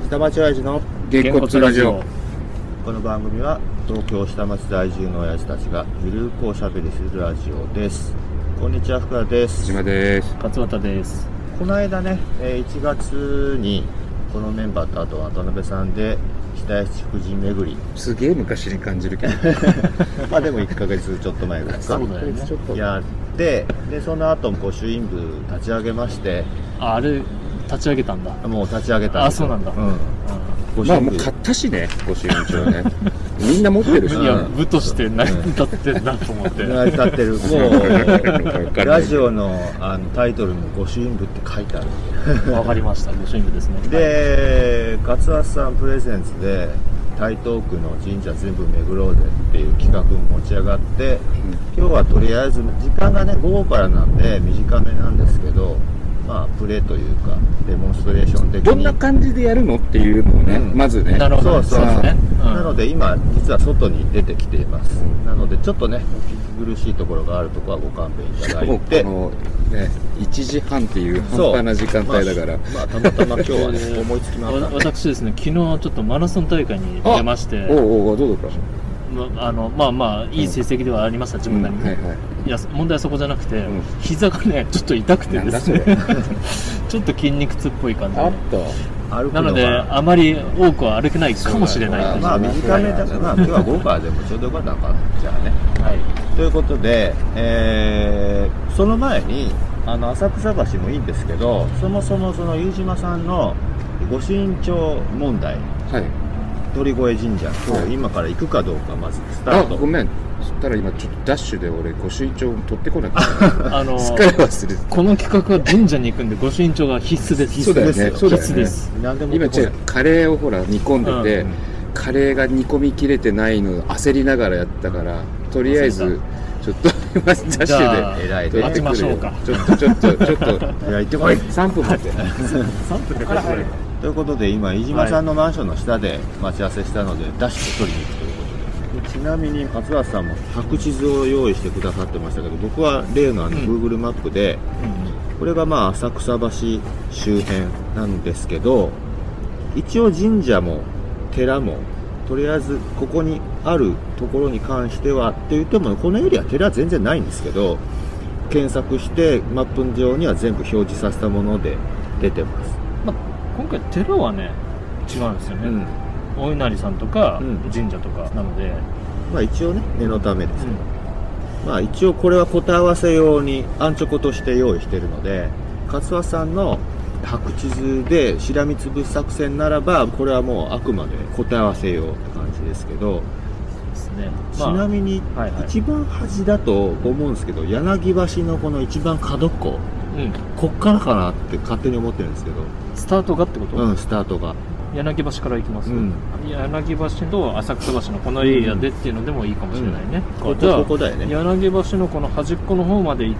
下町親父のげんこつラジオ。 この番組は東京下町在住の親父たちがゆるくおしゃべりするラジオです。こんにちは、福田です。 島です。 勝俣です。 この間ね、1月にこのメンバーとあと渡辺さんで北七福神巡り、 すげえ昔に感じるけどまあでも1ヶ月ちょっと前ぐらいですか。 そうだよね。 やってでその後御朱印部立ち上げまして、 あれ立ち上げたんだ。 もう立ち上げたんですよ。 あ、そうなんだ。 まあもう買ったしね、御朱印帳ねみんな持ってるし、 いや、部として成り立ってんだと思って成り立ってる。もうラジオのタイトルに御朱印部って書いてある。 わかりました。御朱印部ですね。 で、勝俣さんプレゼンツで台東区の神社全部巡ろうぜっていう企画も持ち上がって、今日はとりあえず時間がね午後からなんで短めなんですけど、まあプレーというかデモンストレーション的にどんな感じでやるのっていうのをね、まずね。 なるほど。 そうですね。 なので今実は外に出てきています。なのでちょっとねお聞き苦しいところがあるところはご勘弁いただいて、 このね1時半っていう半端な時間帯だから、 まあたまたま今日はね思いつきました。 私ですね、昨日ちょっとマラソン大会に出まして、 おどうだった？ まあいい成績ではありました、自分なりに。いや問題はそこじゃなくて、膝がねちょっと痛くてですねちょっと筋肉痛っぽい感じで、なのであまり多くは歩けないかもしれないです。 まあ短めだから、まあ今日は午後からでもちょうどよかったのかな。じゃあね、はい、ということで、その前に浅草橋もいいんですけど、そもそもその飯島さんの御朱印帳問題、鳥越神社、今から行くかどうかまずスタート。 ごめん、そしたら今ちょっとダッシュで俺御朱印帳取ってこなきゃすっかり忘れて。 この企画は神社に行くんで御朱印帳が必須です。 そうだよね。 必須です。 今カレーをほら煮込んでて、カレーが煮込みきれてないの焦りながらやったから、とりあえずちょっと今ダッシュで待ちましょうか。 ちょっと行ってこい。3分待って。 3分でからということで今飯島さんのマンションの下で待ち合わせしたので、ダッシュで取りに行くということで、ちなみに勝俣さんも白地図を用意してくださってましたけど、僕は例のGoogle マップで、これがまあ浅草橋周辺なんですけど、一応神社も寺もとりあえずここにあるところに関してはって言っても、このエリア寺は全然ないんですけど、検索してマップ上には全部表示させたもので出てます。 今回寺はね違うんですよね、お稲荷さんとか神社とかなので、 まあ一応ね念のためですけど、まあ一応これは答え合わせ用にアンチョコとして用意しているので、勝俣さんの白地図でしらみつぶす作戦ならばこれはもうあくまで答え合わせ用って感じですけど、ちなみに一番端だと思うんですけど、柳橋のこの一番角っこ、こっからかなって勝手に思ってるんですけど、 スタートがってこと？ スタートが柳橋から行きます、柳橋と浅草橋のこのエリアでっていうのでもいいかもしれないね。じゃあここだよね。柳橋のこの端っこの方まで行って、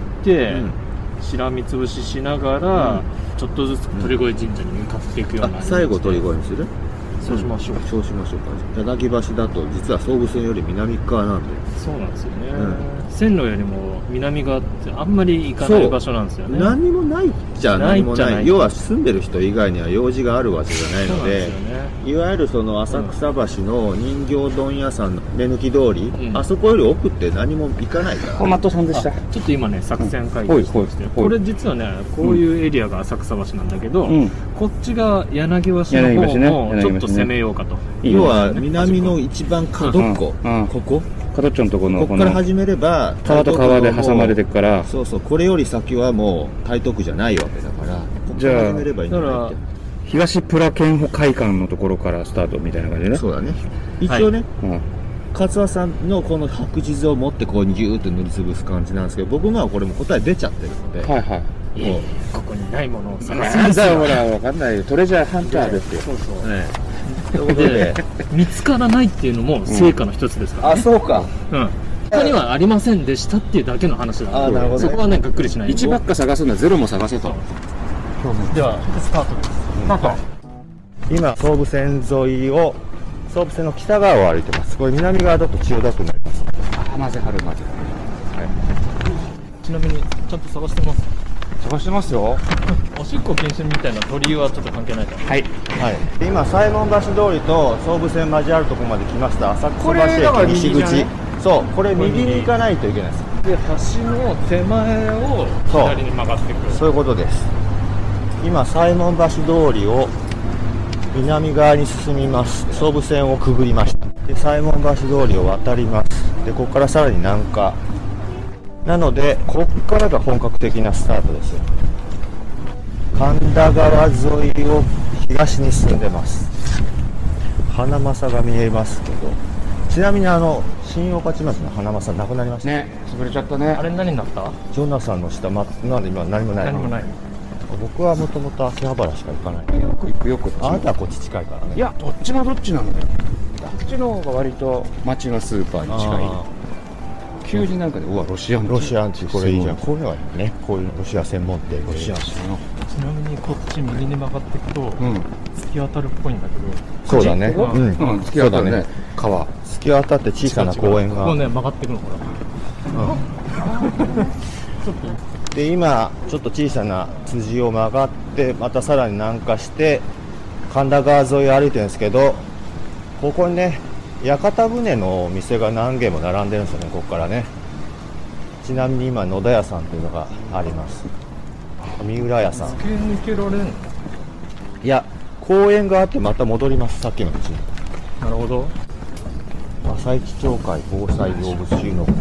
しらみつぶししながら、ちょっとずつ鳥越神社に向かっていくような、 最後鳥越にする？ そうしましょう。 そうしましょうか。柳橋だと実は総武線より南側なんで。 そうなんですよね。線路よりも南側ってあんまり行かない場所なんですよね。 何もないじゃ何もない。要は住んでる人以外には用事があるわけじゃないので、いわゆるその浅草橋の人形問屋さんの目抜き通り、あそこより奥って何も行かないから。 マットさんでした。 ちょっと今ね作戦会議してまして、これ実はねこういうエリアが浅草橋なんだけど、こっちが柳橋の方もちょっと攻めようかと。 要は南の一番角っこ、ここ角っちょのところのここから始めれば川と川で挟まれてるから、 そうそう、これより先はもう台東区じゃないわけだから、ここから始めればいいんじゃないって。 東プラケン保会館のところからスタートみたいな感じでね。 そうだね。一応ね、勝俣さんのこの白地図を持ってこうギューッと塗りつぶす感じなんですけど、僕のはこれも答え出ちゃってるので、 ここにないものを探すんですよ。ほら分かんないよ、トレジャーハンターですよ。 そうそう。 ということで見つからないっていうのも成果の一つですからね。 あ、そうか。 他にはありませんでしたっていうだけの話なんで、そこはねがっくりしない。 1ばっか探すのは0も探せと。 ではスタートです。スタート。 今総武線沿いを総武線の北側を歩いてます。これ南側だと千代田区になります。 混ぜはる。 ちなみにちゃんと探してます。 探してますよ。 おしっこ禁止みたいな鳥居はちょっと関係ないじゃん。 はい。 はい、で今西門橋通りと総武線交わるところまで来ました。浅草橋駅西口。そう、これ右に行かないといけないです。 で、橋の手前を左に曲がってくる。 そういうことです。今西門橋通りを南側に進みます。総武線をくぐりました。で西門橋通りを渡ります。でここからさらに南下なので、ここからが本格的なスタートですよ。神田川沿いを東に進んでます。花正が見えますけど、ちなみに新御徒町の花正なくなりましたね。潰れちゃったね。 あれ何になった？ ジョナサンの下、なんで今何もない。 何もない。 僕はもともと秋葉原しか行かないけど、 よく行くよ、こっち。 あなたはこっち近いからね。 いや、どっちもどっちなんだよ。こっちの方が割と町のスーパーに近い。急になんかね、うわ、ロシアンチ、これいいじゃん。こういうのがいいね。こういうロシア専門店、ロシアンチの。 ちなみにこっち右に曲がっていくと、突き当たるっぽいんだけど。 そうだね。 突き当たるね。川。 突き当たって小さな公園が。 ここね、曲がっていくの、これ。 で今ちょっと小さな辻を曲がって、またさらに南下して神田川沿いを歩いてるんですけど、ここにね屋形船のお店が何軒も並んでるんですよね。ここからね。ちなみに今野田屋さんというのがあります。三浦屋さん。 突き抜けられんの？ いや、公園があってまた戻ります。さっきの道に。 なるほど。 朝市町会防災動物収納庫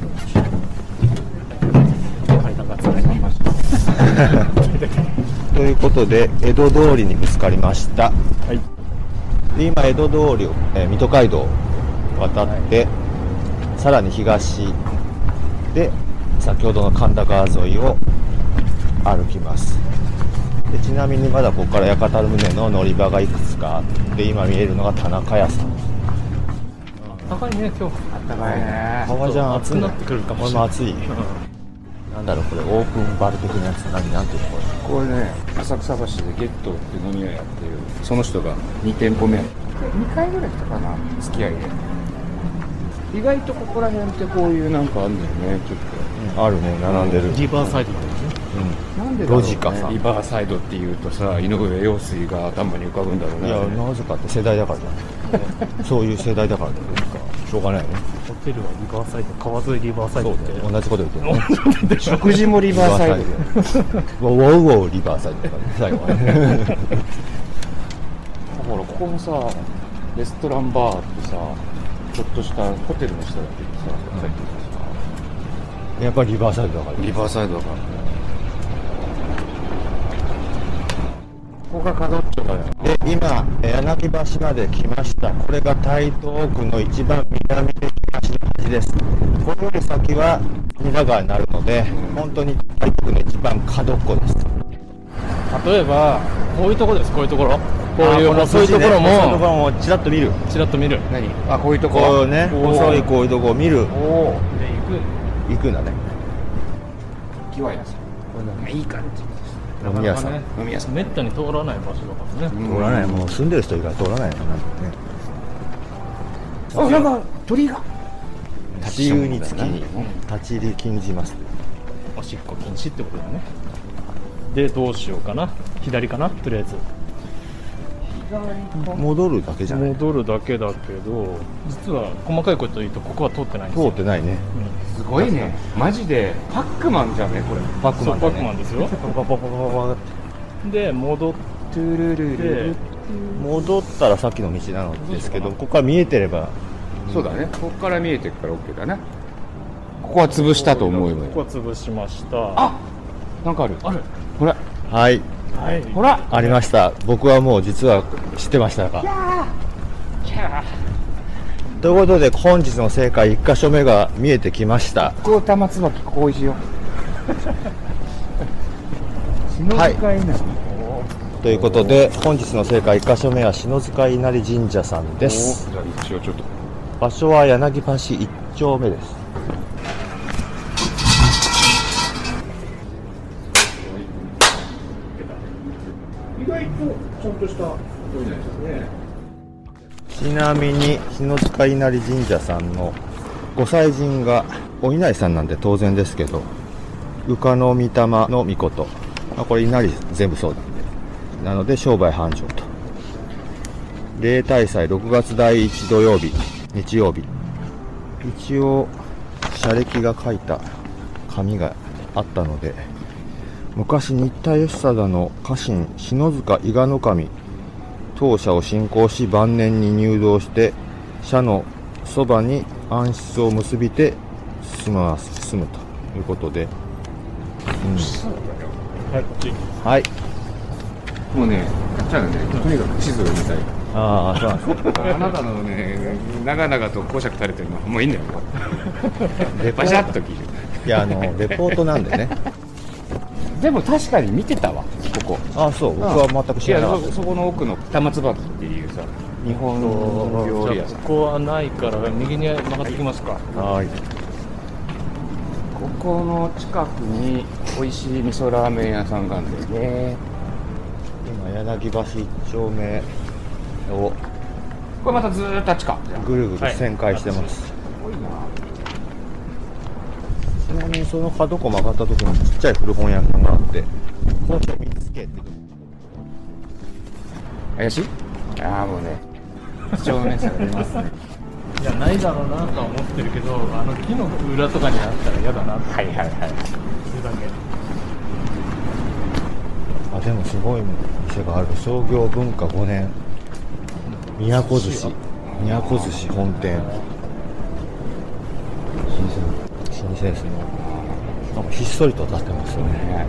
ということで江戸通りにぶつかりました。はい、で今江戸通りを、水戸街道を渡って、さらに東で先ほどの神田川沿いを歩きます。でちなみにまだここから屋形船の乗り場がいくつかあって、今見えるのが田中屋さん。 高いね今日。 高いね。 革ジャン暑くなってくるかもしれない。 これも暑い。なんだろうこれ、オープンバル的なやつ、なんていうのこれ。 これね、浅草橋でゲットって飲み屋やってる、その人が2店舗目2回ぐらい来たかな、付き合いで。意外とここら辺ってこういうなんかあるんだよね、ちょっと、 あるね、並んでる。 リバーサイドってね、 なんでだろうね、 ロジカさん。 リバーサイドっていうとさ、井上陽水が頭に浮かぶんだろうね。 いや、なぜかって世代だからじゃん。そういう世代だからだよ。しょうがないよね。 ホテルはリバーサイド、川沿いリバーサイドって。 同じこと言ってるね。 食事もリバーサイドで。 ウォウウォウリバーサイドだからね、最後はね。 ほら、ここもさ、レストランバーってさ、ちょっとしたホテルの下だってさ、入ってるさ。 やっぱりリバーサイドだから。 リバーサイドだから。ここが角っちょだよ。 で、今、柳橋まで来ました。これが台東区の一番南で東の端です。これより先は隅田川になるので、本当に台東区の一番角っこです。 例えば、こういうところです、こういうところ。こういう、そういうところも、 そういうところもちらっと見る。 ちらっと見る。 何？あ、こういうとこ。 こうね、細いこういうとこを見る。 おお。で、 行くんだね。 キワイナさん。これなんかいい感じ。 飲み屋さん。 飲み屋さん。 めったに通らない場所だからね。 通らない、もう住んでる人以外通らないのなんてね。 あ、なんか鳥居が。 立ち入りにつきに立ち入り禁じます。 おしっこ禁止ってことだね。で、どうしようかな。左かな、とりあえず。 戻るだけじゃない。 戻るだけだけど、実は細かいこと言うとここは通ってないんですよ。 通ってないね。 すごいね。マジでパックマンじゃねこれ。 パックマンだね。 パックマンですよ。 パパパパパで戻って、 戻ったらさっきの道なのですけど、ここから見えてれば。 そうだね。ここから見えてるから OK だね。ここは潰したと思えばいい。 ここは潰しました。 あ、なんかある。 ある。 ほら。 はい。 はい。 ほら。 ありました。僕はもう実は知ってましたが。ということで本日の正解1箇所目が見えてきました。 ここ玉椿ここおいしいよ。 はい。ということで本日の正解1箇所目は篠塚稲荷神社さんです。 じゃあ一応ちょっと。 場所は柳橋1丁目です。 意外とちゃんとしたトイレですね。 ちなみに篠塚稲荷神社さんのご祭神がお稲荷さんなんで当然ですけど、 羽化の御霊の御事、これ稲荷全部そうなんで、なので商売繁盛と。例大祭6月第1土曜日日曜日、一応社歴が書いた紙があったので、昔新田義貞の家臣篠塚伊賀守当社を信仰し、晩年に入道して社のそばに暗室を結びて住むということで、はい、 もうね、かっちゃんがね、とにかく地図を見たい。 ああ、そうなんですね。 あなたのね、長々と講釈垂れてるのはもういいんだよ。バシャッと聞いて。 いや、レポートなんでね。 でも確かに見てたわ、ここ。 ああ、そう、僕は全く知らなかった。 そこの奥の玉椿っていうさ、日本の料理屋さん。 ここはないから右に曲がってきますか。 はい。 ここの近くに美味しい味噌ラーメン屋さんがあるんだよね。 今柳橋1丁目をこれまたずーっとあっちか。 ぐるぐる旋回してます。 すごいな。 ちなみにその角こ曲がった時にちっちゃい古本屋さんがあって、本書見つけって。 怪しい？ああ、もうね、貴重なさが出ますね。 いや、ないだろうなとは思ってるけど、木の裏とかにあったら嫌だなって。 はいはいはい。 それだけ。 あ、でもすごい店がある。創業文化5年宮古寿司本店。老舗ですね。なんかひっそりと立ってますよね。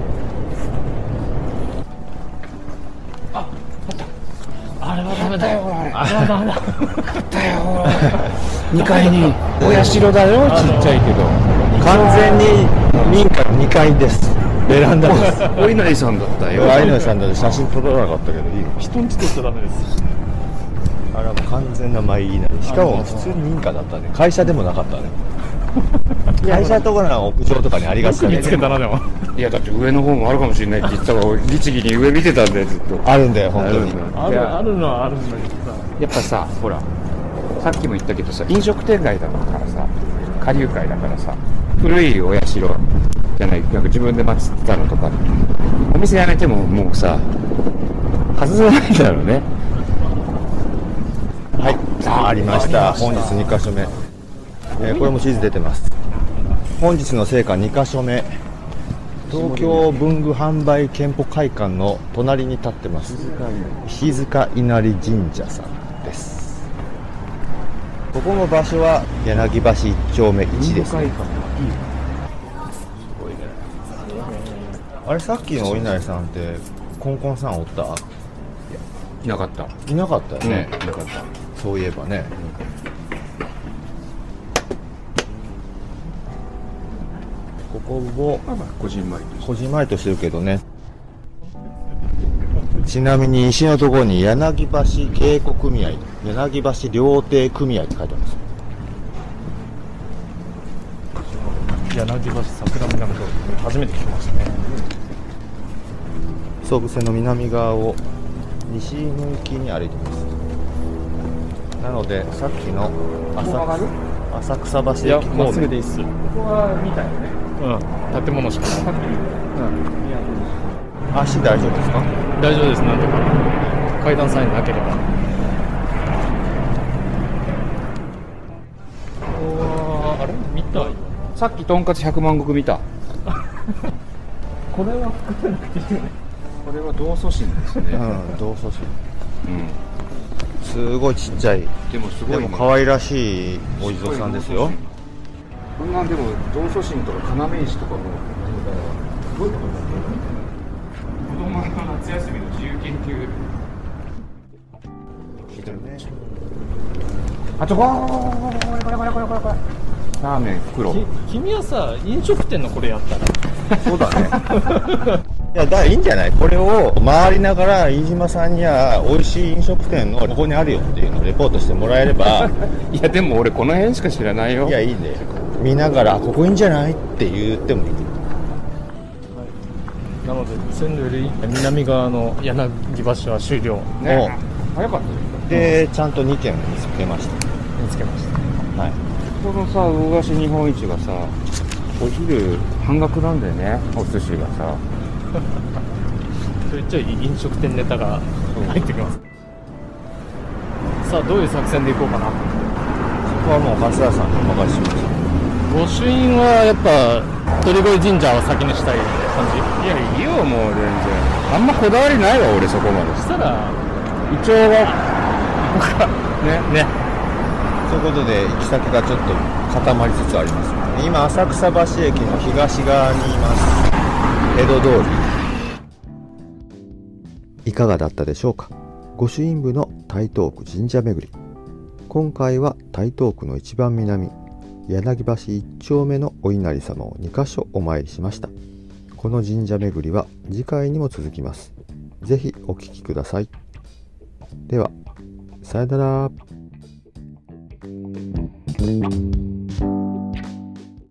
あれはダメだよ。あれはダメだ。 だよ。2階にお社だよ。ちっちゃいけど。 完全に民家の2階です。ベランダです。 お稲荷さんだったよ。 お稲荷さんだって写真撮らなかったけどいいの？ 人んち撮っちゃダメです。 あれはもう完全な舞稲荷。しかも普通に民家だったね。会社でもなかったね。会社とかの屋上とかにありがちだね。 見つけたなでも。 いやだって上の方もあるかもしれないって言ってたから律儀に上見てたんだよずっと。 あるんだよ本当に。 あるのはあるんだけどさ。 やっぱさ、ほらさっきも言ったけどさ、飲食店街だからさ、下流会だからさ、古いお社じゃない、なんか自分で祀ってたのとか、お店辞めてももうさ外せないんだろうね。 はい、ありました。本日2カ所目。これも地図出てます。本日の成果2カ所目。東京文具販売店舗会館の隣に立ってます。石塚稲荷神社さんです。ここの場所は柳橋1丁目1ですね。あれさっきのお稲荷さんってコンコンさんおった？ いなかった。 いなかったよね。 いなかった。 そういえばね。ここもこじんまりとしてるけどね。ちなみに石のところに柳橋芸子組合、柳橋料亭組合って書いてあります。 柳橋桜南通り初めて聞きましたね。 総武線の南側を西向きに歩いてます。なのでさっきの浅草橋駅まっすぐでいいっす。 ここは見たよね。 建物しかない。 足大丈夫ですか？ 大丈夫です。なんとか階段さえなければ。あれ見た？ さっきとんかつ100万石見た。 これは作らなくていいよね。 これは道祖神ですね。 道祖神。すごいちっちゃい。 でもすごい、ね。 でも可愛らしいお地蔵さんですよ。 こんなんでも道祖神とか要石とかもすごいことだね。子供の夏休みの自由研究。聞いてるね。あとこれラーメン袋。 君はさ飲食店のこれやったら。 そうだね。いやいいんじゃない？これを回りながら飯島さんには美味しい飲食店のここにあるよっていうのをレポートしてもらえれば。 いやでも俺この辺しか知らないよ。 いやいいね。見ながらここいいんじゃないって言ってもいい。 なので線路より南側の柳橋は終了。 ね。早かったでちゃんと2軒見つけました。 見つけました。 はい。 このさ魚菓子日本一がさお昼半額なんだよね、お寿司がさ。 ちょいちょい飲食店ネタが入ってきます。さあどういう作戦でいこうかな。 そこはもう松田さんにお任せします。 御朱印はやっぱ鳥越神社を先にしたい感じ。 いや、いいよ、もう全然。あんまこだわりないわ、俺そこまで。 そしたらイチョウが、行こうか。ね。 ということで、行き先がちょっと固まりつつあります。今、浅草橋駅の東側にいます。江戸通り。いかがだったでしょうか。御朱印部の台東区神社巡り。今回は台東区の一番南、柳橋1丁目のお稲荷様を2カ所お参りしました。この神社巡りは次回にも続きます。ぜひお聞きください。では、さよなら。